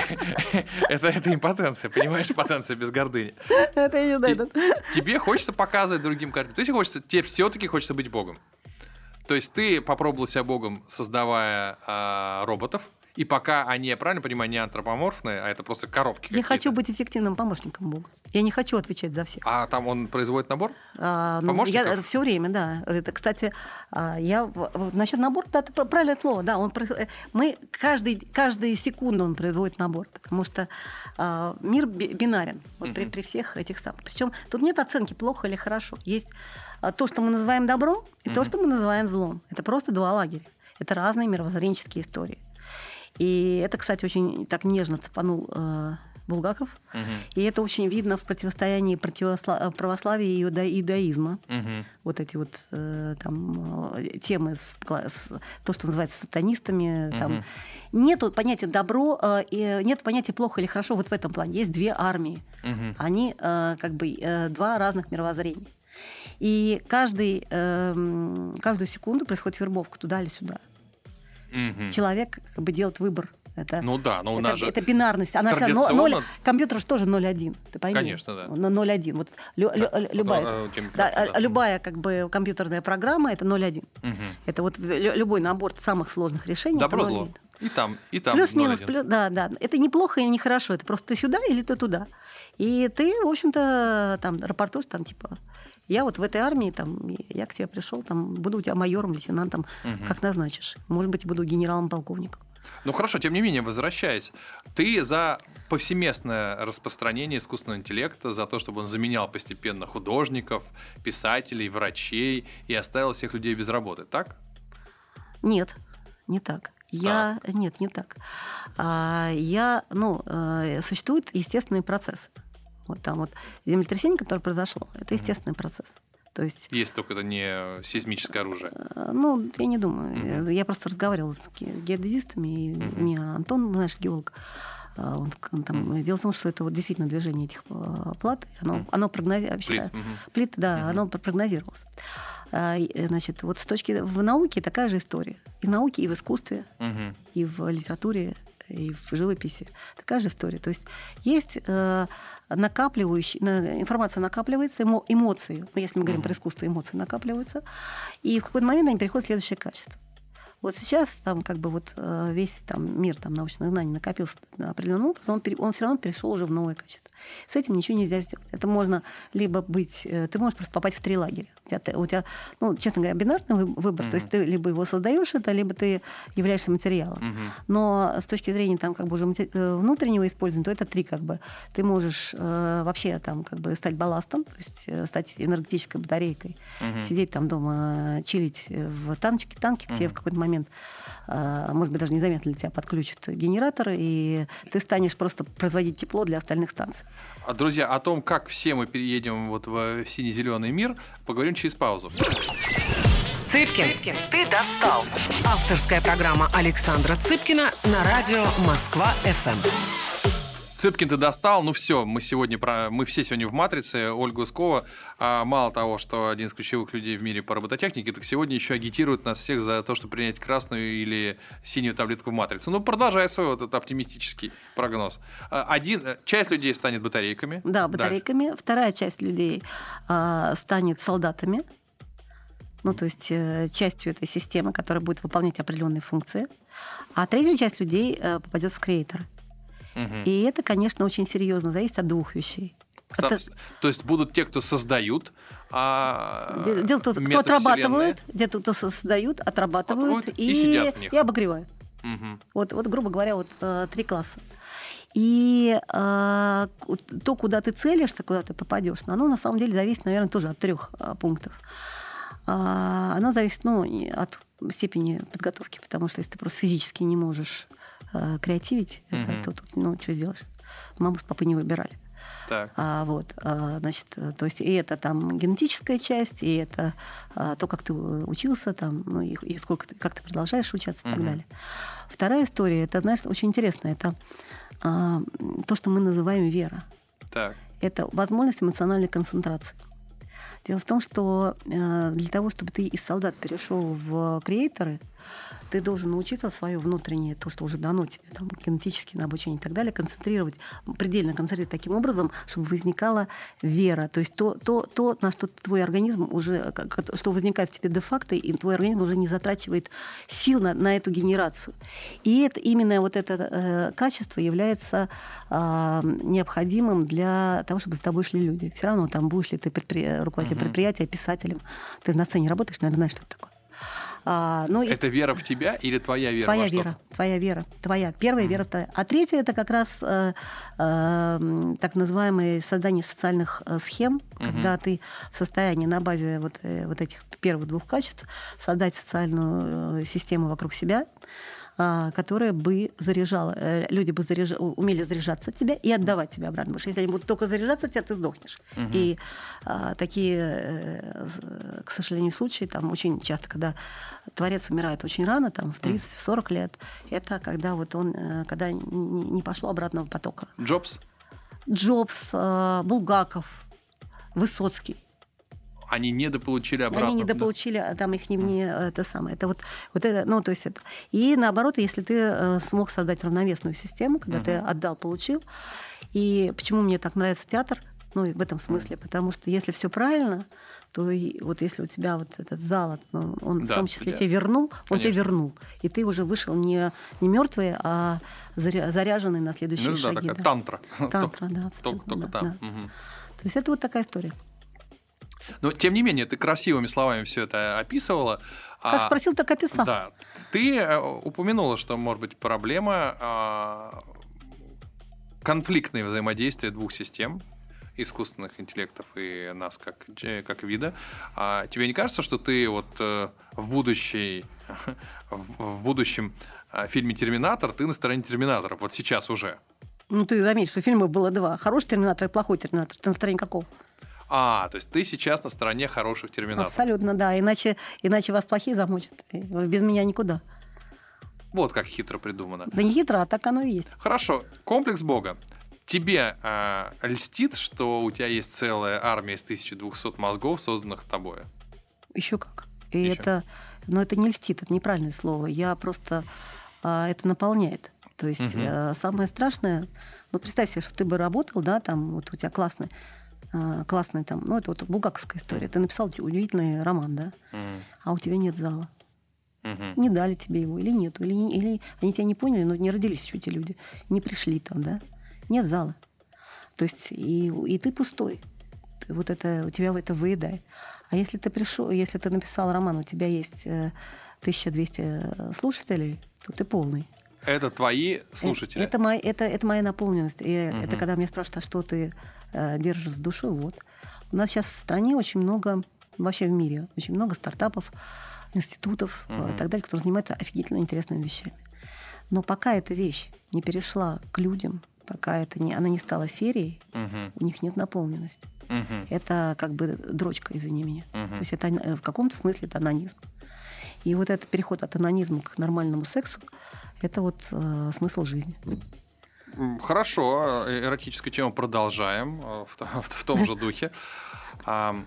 Это, это импотенция, понимаешь? Потенция без гордыни. Это я не знаю. Те- это- Тебе хочется показывать другим картину. То есть хочется, тебе все-таки хочется быть богом. То есть ты попробовал себя богом, создавая а, роботов, и пока они, я правильно понимаю, не антропоморфные, а это просто коробки Я какие-то. хочу быть эффективным помощником Бога. Я не хочу отвечать за всех. А там он производит набор? А, ну, Помощников? я все время, да. Это, кстати, а, я в- в- насчет набора, да, это пр- правильное слово, да. Он, про- э, мы каждый, каждую секунду он производит набор, потому что а, мир би- бинарен вот при, Мгм. при всех этих самых. Причем тут нет оценки плохо или хорошо. Есть а, то, что мы называем добром, и то, Мгм. что мы называем злом. Это просто два лагеря. Это разные мировоззренческие истории. И это, кстати, очень так нежно цепанул э, Булгаков. Мгм. И это очень видно в противостоянии противосла- православия и иуда- иудаизма. Мгм. Вот эти вот э, там э, темы, с, кла- с- то, что называется сатанистами. Там. Мгм. Нету понятия добро, э, и нет понятия плохо или хорошо вот в этом плане. Есть две армии. Мгм. Они э, как бы э, два разных мировоззрения. И каждый, эм, каждую секунду происходит вербовка туда или сюда. Мгм. Человек как бы делает выбор. Это, Ну да, но у это, нас же... это бинарность. Она вся традиционно- ноль, компьютер же тоже ноль один. Ты пойми. Конечно, да. На ноль один. Вот лю- лю- Так, любая, а, а, тем да, микрофон, да. любая как бы компьютерная программа это ноль один. Мгм. Это вот лю- любой набор самых сложных решений. Добро, это ноль зло. один. И там, и там Плюс-минус, ноль один. плюс, да, да. Это не плохо или не хорошо. Это просто ты сюда или ты туда. И ты, в общем-то, там рапортуешь, там, типа, я вот в этой армии, там, я к тебе пришел, там, буду у тебя майором, лейтенантом, Мгм. как назначишь. Может быть, буду генералом-полковником. Ну хорошо, тем не менее, возвращаясь, ты за повсеместное распространение искусственного интеллекта, за то, чтобы он заменял постепенно художников, писателей, врачей и оставил всех людей без работы, так? Нет, не так. Я... Так. Нет, не так. А, я... Ну, э, существует естественный процесс. Вот там вот землетрясение, которое произошло, это естественный mm-hmm. процесс. То есть... Если только это не сейсмическое оружие. Ну, я не думаю. Mm-hmm. Я просто разговаривала с геодезистами, и mm-hmm. у меня Антон, наш геолог, он, он там... mm-hmm. Дело в том, что это вот действительно движение этих плат, оно, mm-hmm. оно прогнозировалось. Плит, mm-hmm. плит, да, mm-hmm. оно прогнозировалось. Значит, вот с точки... В науке такая же история. И в науке, и в искусстве, mm-hmm. и в литературе, и в живописи. Такая же история. То есть есть э, накапливающая... Информация накапливается, эмо, эмоции, если мы говорим mm-hmm. про искусство, эмоции накапливаются, и в какой-то момент они переходят в следующее качество. Вот сейчас там как бы вот весь там, мир там, научных знаний накопился на определенном образом, он, пере, он все равно перешел уже в новое качество. С этим ничего нельзя сделать. Это можно либо быть... Ты можешь просто попасть в три лагеря. У тебя, у тебя ну, честно говоря, бинарный выбор. Mm-hmm. То есть ты либо его создаешь это, либо ты являешься материалом. Mm-hmm. Но с точки зрения там, как бы, уже внутреннего использования, то это три как бы. Ты можешь э, вообще там, как бы, стать балластом, то есть э, стать энергетической батарейкой, mm-hmm. сидеть там дома, чилить в танчике, танке, mm-hmm. где в какой-то момент, э, может быть, даже незаметно для тебя подключат генератор, и ты станешь просто производить тепло для остальных станций. Друзья, о том, как все мы переедем вот в сине-зеленый мир, поговорим через паузу. Цыпкин, ты достал. Авторская программа Александра Цыпкина на радио Москва-эф эм. Цыпкин, ты достал. Ну все, мы сегодня про, мы все сегодня в матрице. Ольга Ускова, а, мало того, что один из ключевых людей в мире по робототехнике, так сегодня еще агитирует нас всех за то, чтобы принять красную или синюю таблетку в матрице. Ну, продолжай свой вот этот оптимистический прогноз. Один, часть людей станет батарейками. Да, батарейками. Дальше. Вторая часть людей а, станет солдатами. Ну, то есть э, частью этой системы, которая будет выполнять определенные функции. А третья часть людей э, попадет в креаторы. Угу. И это, конечно, очень серьезно зависит от двух вещей. Со- это... То есть будут те, кто создают а... Дело кто, кто отрабатывают, где-то кто создают, отрабатывают и, и, сидят в них. И обогревают. Угу. Вот, вот, грубо говоря, вот э, три класса. И э, то, куда ты целишься, куда ты попадешь, оно на самом деле зависит, наверное, тоже от трех э, пунктов. Э, оно зависит, ну, от степени подготовки, потому что если ты просто физически не можешь э, креативить, mm-hmm. то, то ну, что сделаешь? Маму с папой не выбирали. Так. А, вот, а, значит, то есть и это там генетическая часть, и это а, то, как ты учился, там, ну, и, и сколько ты, как ты продолжаешь учиться и mm-hmm. так далее. Вторая история, это, знаешь, очень интересно, это а, то, что мы называем вера. Так. Это возможность эмоциональной концентрации. Дело в том, что э, для того, чтобы ты из солдат перешел в креаторы, ты должен научиться свое внутреннее, то, что уже дано тебе, там, генетически на обучение и так далее, концентрировать, предельно концентрировать таким образом, чтобы возникала вера. То есть то, то, то на что твой организм уже, что возникает в тебе де-факто, и твой организм уже не затрачивает сил на, на эту генерацию. И это, именно вот это э, качество является э, необходимым для того, чтобы за тобой шли люди. Все равно там будешь ли ты предпри... руководителем uh-huh. предприятия, писателем. Ты на сцене работаешь, наверное, знаешь, что это такое. А, ну, это и... вера в тебя или твоя вера твоя во вера, что-то? Твоя вера. Твоя. Первая mm-hmm. вера твоя. А третья — это как раз э, э, так называемое создание социальных э, схем, mm-hmm. когда ты в состоянии на базе вот, э, вот этих первых двух качеств создать социальную э, систему вокруг себя, э, которая бы заряжала, э, люди бы заряж... умели заряжаться от тебя и отдавать тебе обратно. Потому что если они будут только заряжаться от тебя, ты сдохнешь. Mm-hmm. И э, такие, э, к сожалению, случаи там очень часто, когда творец умирает очень рано, там, в тридцать-сорок лет. Это когда вот он, когда не пошло обратного потока. Джобс? Джобс, Булгаков, Высоцкий. Они недополучили обратно. Они недополучили, да? Там их не, не это самое. Это вот, вот это, ну, то есть это. И наоборот, если ты смог создать равновесную систему, когда uh-huh. ты отдал, получил. И почему мне так нравится театр? Ну, в этом смысле, потому что если все правильно, то и, вот если у тебя вот этот зал, он, он да, в том числе тебя вернул, он Конечно. тебе вернул. И ты уже вышел не, не мертвый, а заряженный на следующие ну, шаги. Да, такая да. тантра. Тантра, да. Только, только да, там. Да. Угу. То есть это вот такая история. Но, тем не менее, ты красивыми словами все это описывала. Как спросил, так описал. Да. Ты упомянула, что может быть проблема а, конфликтное взаимодействие двух систем, искусственных интеллектов и нас как, как вида. А тебе не кажется, что ты вот в, будущей, в будущем фильме «Терминатор» ты на стороне терминаторов, вот сейчас уже? Ну, ты заметишь, что фильмов было два. Хороший терминатор и плохой терминатор. Ты на стороне какого? А, то есть ты сейчас на стороне хороших терминаторов. Абсолютно, да. Иначе, иначе вас плохие замочат. Без меня никуда. Вот как хитро придумано. Да не хитро, а так оно и есть. Хорошо. Комплекс Бога. Тебе э, льстит, что у тебя есть целая армия из тысячи двухсот мозгов, созданных тобой? Еще как. И Еще. это, но это не льстит, это неправильное слово. Я просто... Э, это наполняет. То есть угу. э, самое страшное... Ну, представь себе, что ты бы работал, да, там, вот у тебя классный, э, классный там... Ну, это вот булгаковская история. Ты написал удивительный роман, да? Угу. А у тебя нет зала. Угу. Не дали тебе его, или нету, или, или они тебя не поняли, но не родились еще эти люди, не пришли там, да? Нет зала. То есть и, и ты пустой. Ты, вот это, у тебя это выедает. А если ты пришел, если ты написал роман, у тебя есть э, тысяча двести слушателей, то ты полный. Это твои слушатели? Это, это, моя, это, это моя наполненность. И угу. это когда меня спрашивают, а что ты э, держишь за душой, вот. У нас сейчас в стране очень много, вообще в мире, очень много стартапов, институтов угу. и так далее, которые занимаются офигительно интересными вещами. Но пока эта вещь не перешла к людям, пока это не, она не стала серией, угу. у них нет наполненности. Угу. Это как бы дрочка, извини меня. Угу. То есть это в каком-то смысле это анонизм. И вот этот переход от анонизма к нормальному сексу, это вот э, смысл жизни. Хорошо, эротическую тему продолжаем в, в, в том же духе. В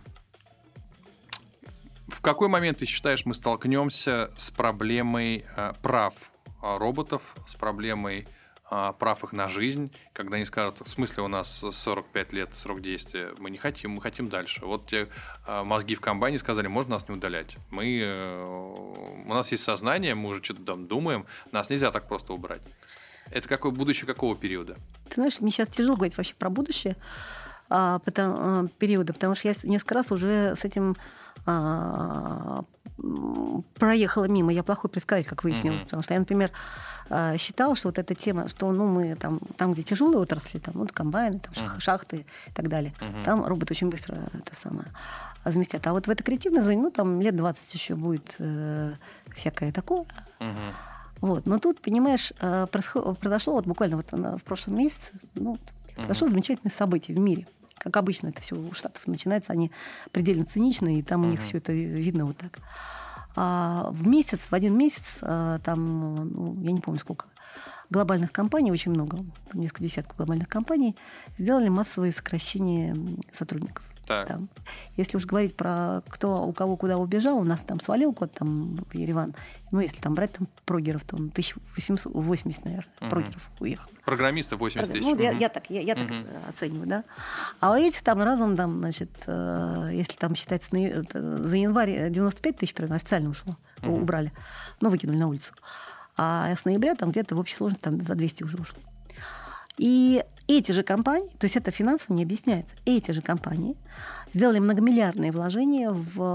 какой момент, ты считаешь, мы столкнемся с проблемой прав роботов, с проблемой прав их на жизнь, когда они скажут, в смысле у нас сорок пять лет срок действия, мы не хотим, мы хотим дальше. Вот те мозги в комбайне сказали, можно нас не удалять. Мы, у нас есть сознание, мы уже что-то там думаем, нас нельзя так просто убрать. Это какое будущее какого периода? Ты знаешь, мне сейчас тяжело говорить вообще про будущее а, потому, а, периода, потому что я несколько раз уже с этим а, проехала мимо. Я плохой предсказатель, как выяснилось. Mm-hmm. Потому что я, например, считала, что вот эта тема, что ну, мы там, там где тяжелые отрасли, там вот комбайны, там, mm-hmm. шахты и так далее, mm-hmm. там роботы очень быстро это самое заместят. А вот в этой креативной зоне, ну, там лет двадцать еще будет э, всякое такое. Mm-hmm. Вот. Но тут, понимаешь, произошло вот буквально вот в прошлом месяце, ну, mm-hmm. произошло замечательное событие в мире. Как обычно это все у Штатов начинается, они предельно циничные, и там mm-hmm. у них все это видно вот так. А в месяц, в один месяц, там, ну, я не помню сколько, глобальных компаний, очень много, там несколько десятков глобальных компаний, сделали массовые сокращения сотрудников. Там. Если уж говорить про кто у кого куда убежал, у нас там свалил кот там в Ереван. Ну, если там брать там прогеров, то тысяча восемьсот восемьдесят, наверное, угу. прогеров уехал. Программистов восемьдесят тысяч. Ну, угу. я, я так, я, я так угу. оцениваю, да. А у этих там разом, там, значит, если там считать за январь девяносто пять тысяч, примерно, официально ушло, угу. убрали, но выкинули на улицу. А с ноября там где-то в общей сложности там за двести уже ушло. И эти же компании, то есть это финансово не объясняется, эти же компании сделали многомиллиардные вложения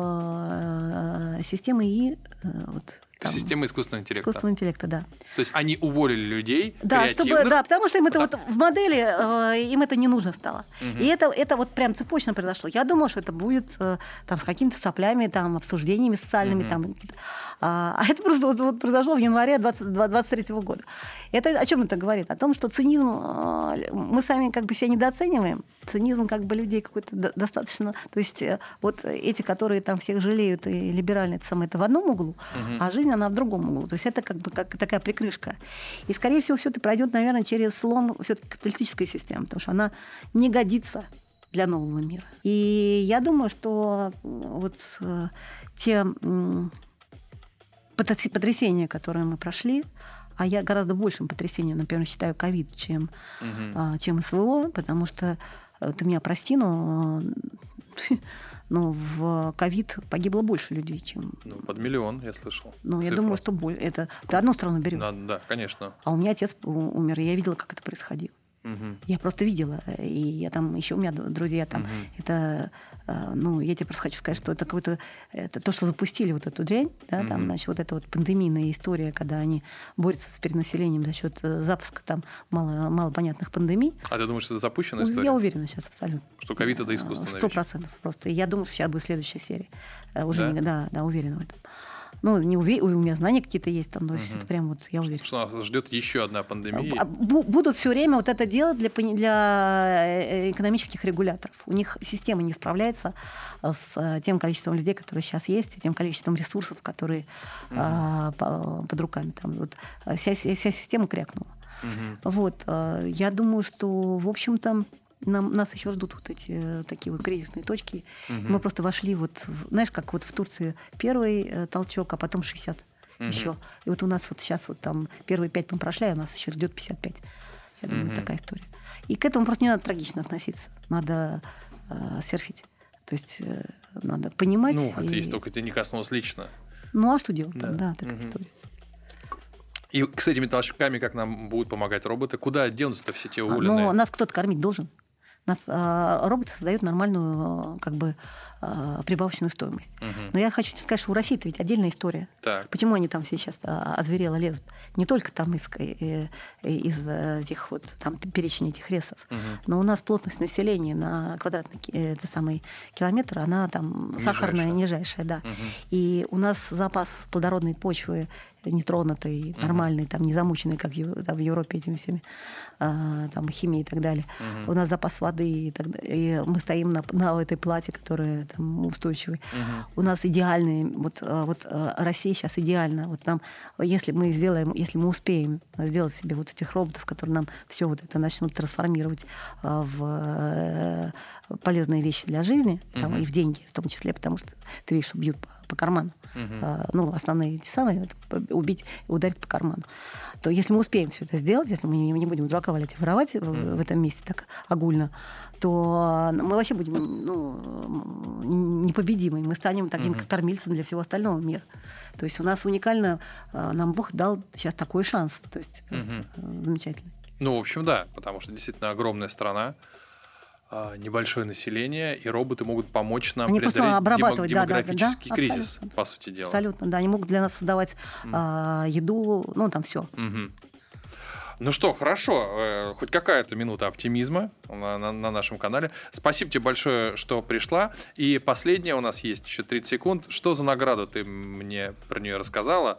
в системы ИИ. Вот, там, система искусственного интеллекта. Искусственного интеллекта, да. То есть они уволили людей, да, креативных. Чтобы, да, потому что им это вот в модели э, им это не нужно стало. Угу. И это, это вот прям цепочно произошло. Я думала, что это будет э, там, с какими-то соплями, там, обсуждениями социальными. Угу. Там, а, а это просто вот, вот произошло в январе двадцать третьего года. Это о чем это говорит? О том, что цинизм э, мы сами как бы себя недооцениваем. Цинизм как бы людей какой-то до, достаточно... То есть э, вот эти, которые там всех жалеют и либеральные, это, самое, это в одном углу, угу. а жизнь, она в другом углу. То есть это как бы как такая прикрышка. И, скорее всего, все это пройдет, наверное, через слом все-таки капиталистической системы, потому что она не годится для нового мира. И я думаю, что вот э, те э, потрясения, которые мы прошли, а я гораздо большим потрясением, например, считаю ковид, чем, угу. э, чем СВО, потому что, э, ты меня прости, но... Но в ковид погибло больше людей, чем... Ну, под миллион, я слышал. Ну, я думаю, что боль... это... Ты одну страну берешь. Да, да, конечно. А у меня отец умер, и я видела, как это происходило. Угу. Я просто видела. И я там, еще у меня друзья там, Угу. это, ну, я тебе просто хочу сказать, что это какое-то, это то, что запустили вот эту дрянь, да, Угу. там, значит, вот эта вот пандемийная история, когда они борются с перенаселением за счет запуска там мало, мало понятных пандемий. А ты думаешь, это запущенная Ну, история? я уверена сейчас абсолютно. Что ковид — это искусственная Сто вещь? процентов просто. И я думаю, что сейчас будет следующая серия. Уже Да? не, да, да, уверена в этом. Ну, не уве... у меня знания какие-то есть там, то есть Мгм. это прям вот я уверена. Что нас ждет еще одна пандемия? Бу- Будут все время вот это делать для, пони- для экономических регуляторов. У них система не справляется с тем количеством людей, которые сейчас есть, и тем количеством ресурсов, которые Мгм. а, по- под руками. Там, вот, вся, вся система крякнула. Мгм. Вот, а, я думаю, что, в общем-то, нам, нас еще ждут вот эти э, такие вот кризисные точки. Мгм. Мы просто вошли, вот, в- знаешь, как вот в Турции первый э, толчок, а потом шестьдесят Мгм. еще. И вот у нас вот сейчас вот там первые пять мы прошли, а у нас еще ждет пятьдесят пять. Я думаю, Мгм. такая история. И к этому просто не надо трагично относиться. Надо э, серфить. То есть э, надо понимать. Ну, это и- если только это не коснулось лично. Ну, а что делать Да. там? Да, такая Мгм. история. И с этими толчками как нам будут помогать роботы? Куда денутся-то все те А, уволенные? Но нас кто-то кормить должен. Нас а, роботы создают нормальную, как бы, а, прибавочную стоимость. Мгм. Но я хочу тебе сказать, что у России-то ведь отдельная история. Так. Почему они там все сейчас а, озверело лезут? Не только там из, э, э, из э, этих вот там перечень этих ресов, Мгм. но у нас плотность населения на квадратный ки- э, это самый километр, она там Нижайшая. сахарная, нижайшая, да. Мгм. И у нас запас плодородной почвы нетронутой, Мгм. нормальной, там, не замученной, как в, Ев- там, в Европе этими всеми а, там, химией и так далее. Мгм. У нас запас воды, и, так, да- и мы стоим на, на этой плате, которая там, устойчивая. Мгм. У нас идеальный, вот, а, вот а, Россия сейчас идеальна. Вот нам, если мы сделаем, если мы успеем сделать себе вот этих роботов, которые нам все вот это начнут трансформировать а, в э, полезные вещи для жизни, там, Мгм. и в деньги в том числе, потому что ты видишь, что бьют по, по карману. Мгм. А, ну, основные эти самые, это убить и ударить по карману. То если мы успеем все это сделать, если мы не не будем дурака валять и воровать в, Мгм. в этом месте так огульно, то мы вообще будем ну, непобедимы. Мы станем таким Мгм. кормильцем для всего остального мира. То есть у нас уникально, а, нам Бог дал сейчас такой шанс. То есть Мгм. э, замечательный. Ну, в общем, да, потому что действительно огромная страна, а, небольшое население, и роботы могут помочь нам Они просто преодолеть демо- обрабатывать, да, да, да, демографический да, кризис, абсолютно. по сути дела. Абсолютно, да. Они могут для нас создавать а, еду, ну, там все. Мгм. Ну что, хорошо, э, хоть какая-то минута оптимизма на, на- на нашем канале. Спасибо тебе большое, что пришла. И последнее, у нас есть еще тридцать секунд. Что за награду ты мне про нее рассказала?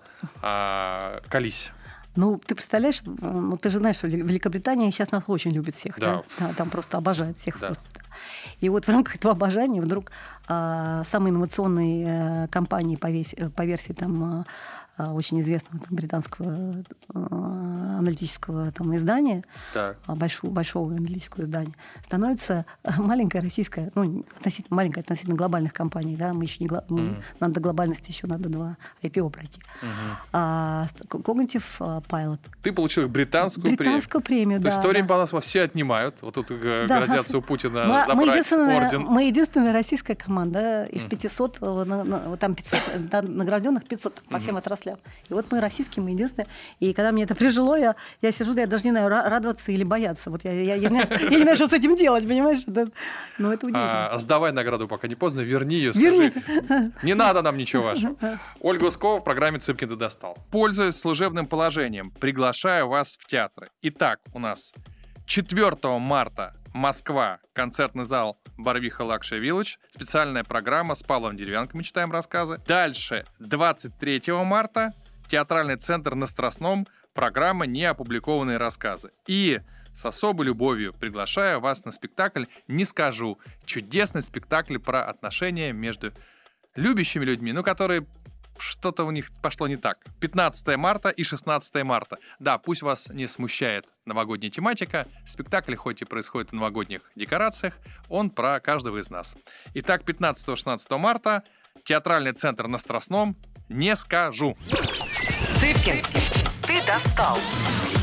А, колись. Ну, ты представляешь, ну, ты же знаешь, что Великобритания сейчас нас очень любит всех. Да. Да? Да, там просто обожают всех. Да. Просто, да. И вот в рамках этого обожания вдруг а, самые инновационные а, компании по, весь- по версии там, а, а, очень известного там, британского а, аналитического там, издания, Так. а, большого, большого аналитического издания, становится маленькая российская, ну, относительно, маленькая относительно глобальных компаний. Да? Мы еще не гла- мы- Мгм. Нам до глобальности еще надо два ай пи о пройти. Мгм. А, Cognitive Pilot. Ты получил британскую, Британскую премию, премию. да. То есть сто да. рембанов все отнимают. Вот тут э, Да. грозятся у Путина Мы, мы, забрать единственная, орден. мы единственная российская команда из Мгм. пятисот, э, на- на- там пятьсот, да, награжденных пятьсот по Мгм. всем отраслям. И вот мы российские, мы единственные. И когда мне это прижило, я, я сижу, я даже не знаю, ра- радоваться или бояться. Вот я, я, я, не, я не знаю, что с этим делать, понимаешь? Это- ну, это удивительно. А, сдавай награду, пока не поздно, верни ее, Верни. скажи. Не надо нам ничего вашего. Ольга Ускова в программе «Цыпкин ты достал». Пользуясь служебным положением, приглашаю вас в театры. Итак, у нас четвёртого марта Москва, концертный зал Барвиха Лакшери Вилледж, специальная программа с Павлом Деревянко, мы читаем рассказы. Дальше, двадцать третьего марта, театральный центр на Страстном, программа «Неопубликованные рассказы». И с особой любовью приглашаю вас на спектакль «Не скажу». Чудесный спектакль про отношения между любящими людьми, ну, которые что-то у них пошло не так. пятнадцатого марта и шестнадцатого марта. Да, пусть вас не смущает новогодняя тематика. Спектакль, хоть и происходит в новогодних декорациях, он про каждого из нас. Итак, пятнадцатого-шестнадцатого марта, театральный центр на Страстном. «Не скажу». Цыпкин, ты достал.